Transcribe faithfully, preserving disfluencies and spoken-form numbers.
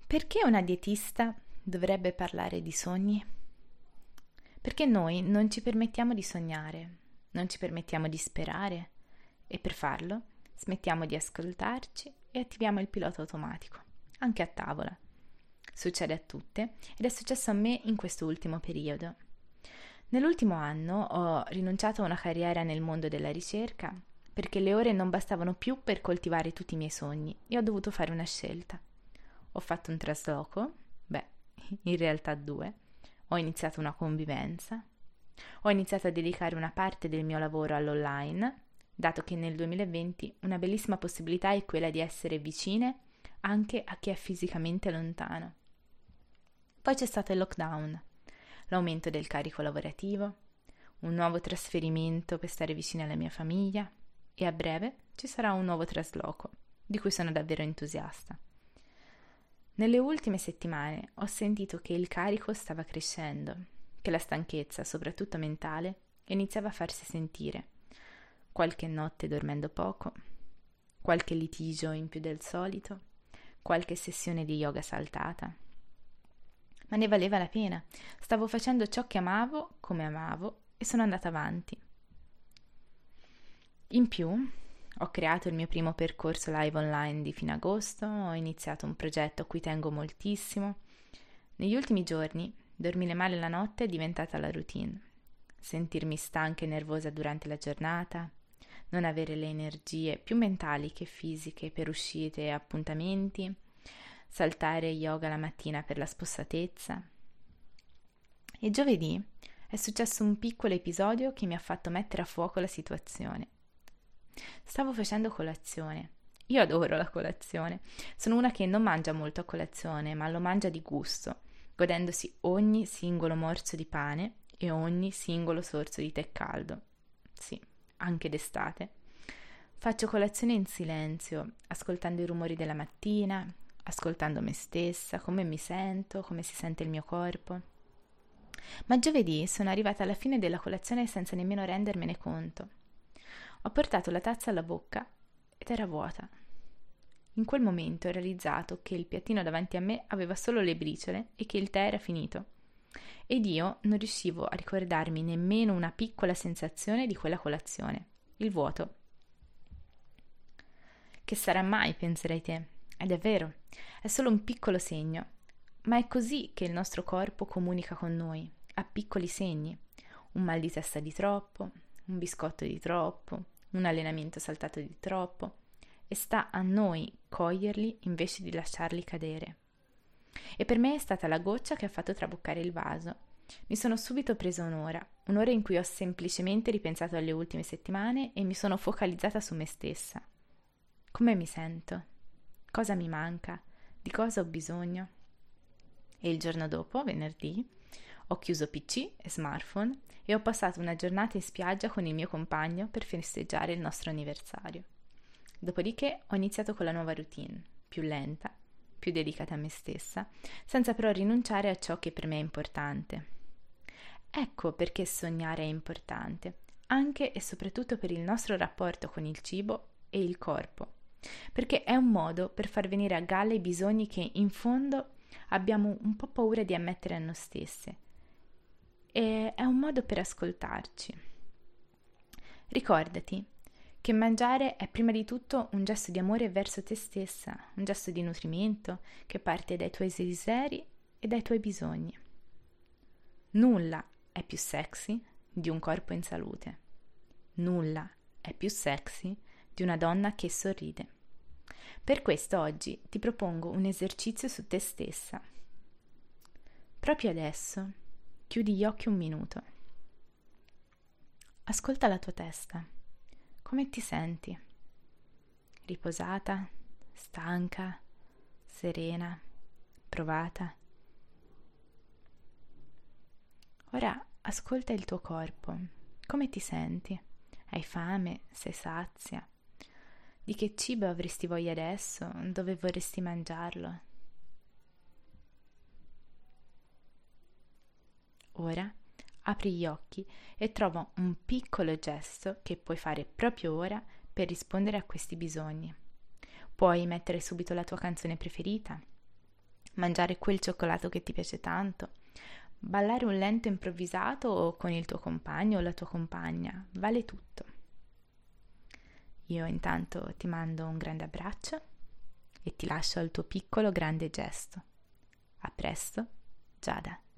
Perché una dietista dovrebbe parlare di sogni? Perché noi non ci permettiamo di sognare, non ci permettiamo di sperare e per farlo smettiamo di ascoltarci e attiviamo il pilota automatico, anche a tavola. Succede a tutte ed è successo a me in questo ultimo periodo. Nell'ultimo anno ho rinunciato a una carriera nel mondo della ricerca perché le ore non bastavano più per coltivare tutti i miei sogni e ho dovuto fare una scelta. Ho fatto un trasloco, beh, in realtà due. Ho iniziato una convivenza. Ho iniziato a dedicare una parte del mio lavoro all'online, dato che nel duemilaventi una bellissima possibilità è quella di essere vicine anche a chi è fisicamente lontano. Poi c'è stato il lockdown, l'aumento del carico lavorativo, un nuovo trasferimento per stare vicino alla mia famiglia e a breve ci sarà un nuovo trasloco, di cui sono davvero entusiasta. Nelle ultime settimane ho sentito che il carico stava crescendo, che la stanchezza, soprattutto mentale, iniziava a farsi sentire. Qualche notte dormendo poco, qualche litigio in più del solito, qualche sessione di yoga saltata. Ma ne valeva la pena. Stavo facendo ciò che amavo, come amavo, e sono andata avanti. In più, ho creato il mio primo percorso live online di fine agosto, ho iniziato un progetto a cui tengo moltissimo. Negli ultimi giorni, dormire male la notte è diventata la routine. Sentirmi stanca e nervosa durante la giornata, non avere le energie più mentali che fisiche per uscite e appuntamenti, saltare yoga la mattina per la spossatezza. E giovedì è successo un piccolo episodio che mi ha fatto mettere a fuoco la situazione. Stavo facendo colazione. Io adoro la colazione. Sono una che non mangia molto a colazione, ma lo mangia di gusto, godendosi ogni singolo morso di pane e ogni singolo sorso di tè caldo. Sì, anche d'estate. Faccio colazione in silenzio, ascoltando i rumori della mattina, ascoltando me stessa, come mi sento, come si sente il mio corpo. Ma giovedì sono arrivata alla fine della colazione senza nemmeno rendermene conto. Ho portato la tazza alla bocca ed era vuota. In quel momento ho realizzato che il piattino davanti a me aveva solo le briciole e che il tè era finito. Ed io non riuscivo a ricordarmi nemmeno una piccola sensazione di quella colazione, il vuoto. Che sarà mai, penserai te? Ed è vero, è solo un piccolo segno, ma è così che il nostro corpo comunica con noi, a piccoli segni, un mal di testa di troppo, un biscotto di troppo, un allenamento saltato di troppo, e sta a noi coglierli invece di lasciarli cadere. E per me è stata la goccia che ha fatto traboccare il vaso. Mi sono subito presa un'ora, un'ora in cui ho semplicemente ripensato alle ultime settimane e mi sono focalizzata su me stessa. Come mi sento? Cosa mi manca? Di cosa ho bisogno? E il giorno dopo, venerdì, ho chiuso P C e smartphone e ho passato una giornata in spiaggia con il mio compagno per festeggiare il nostro anniversario. Dopodiché ho iniziato con la nuova routine, più lenta, più dedicata a me stessa, senza però rinunciare a ciò che per me è importante. Ecco perché sognare è importante, anche e soprattutto per il nostro rapporto con il cibo e il corpo, perché è un modo per far venire a galla i bisogni che in fondo abbiamo un po' paura di ammettere a noi stesse. E è un modo per ascoltarci. Ricordati che mangiare è prima di tutto un gesto di amore verso te stessa, un gesto di nutrimento che parte dai tuoi desideri e dai tuoi bisogni. Nulla è più sexy di un corpo in salute. Nulla è più sexy di una donna che sorride. Per questo oggi ti propongo un esercizio su te stessa. Proprio adesso chiudi gli occhi un minuto. Ascolta la tua testa. Come ti senti? Riposata, stanca, serena, provata? Ora ascolta il tuo corpo. Come ti senti? Hai fame? Sei sazia? Di che cibo avresti voglia adesso? Dove vorresti mangiarlo? Ora apri gli occhi e trova un piccolo gesto che puoi fare proprio ora per rispondere a questi bisogni. Puoi mettere subito la tua canzone preferita, mangiare quel cioccolato che ti piace tanto, ballare un lento improvvisato con il tuo compagno o la tua compagna, vale tutto. Io intanto ti mando un grande abbraccio e ti lascio al tuo piccolo grande gesto. A presto, Giada.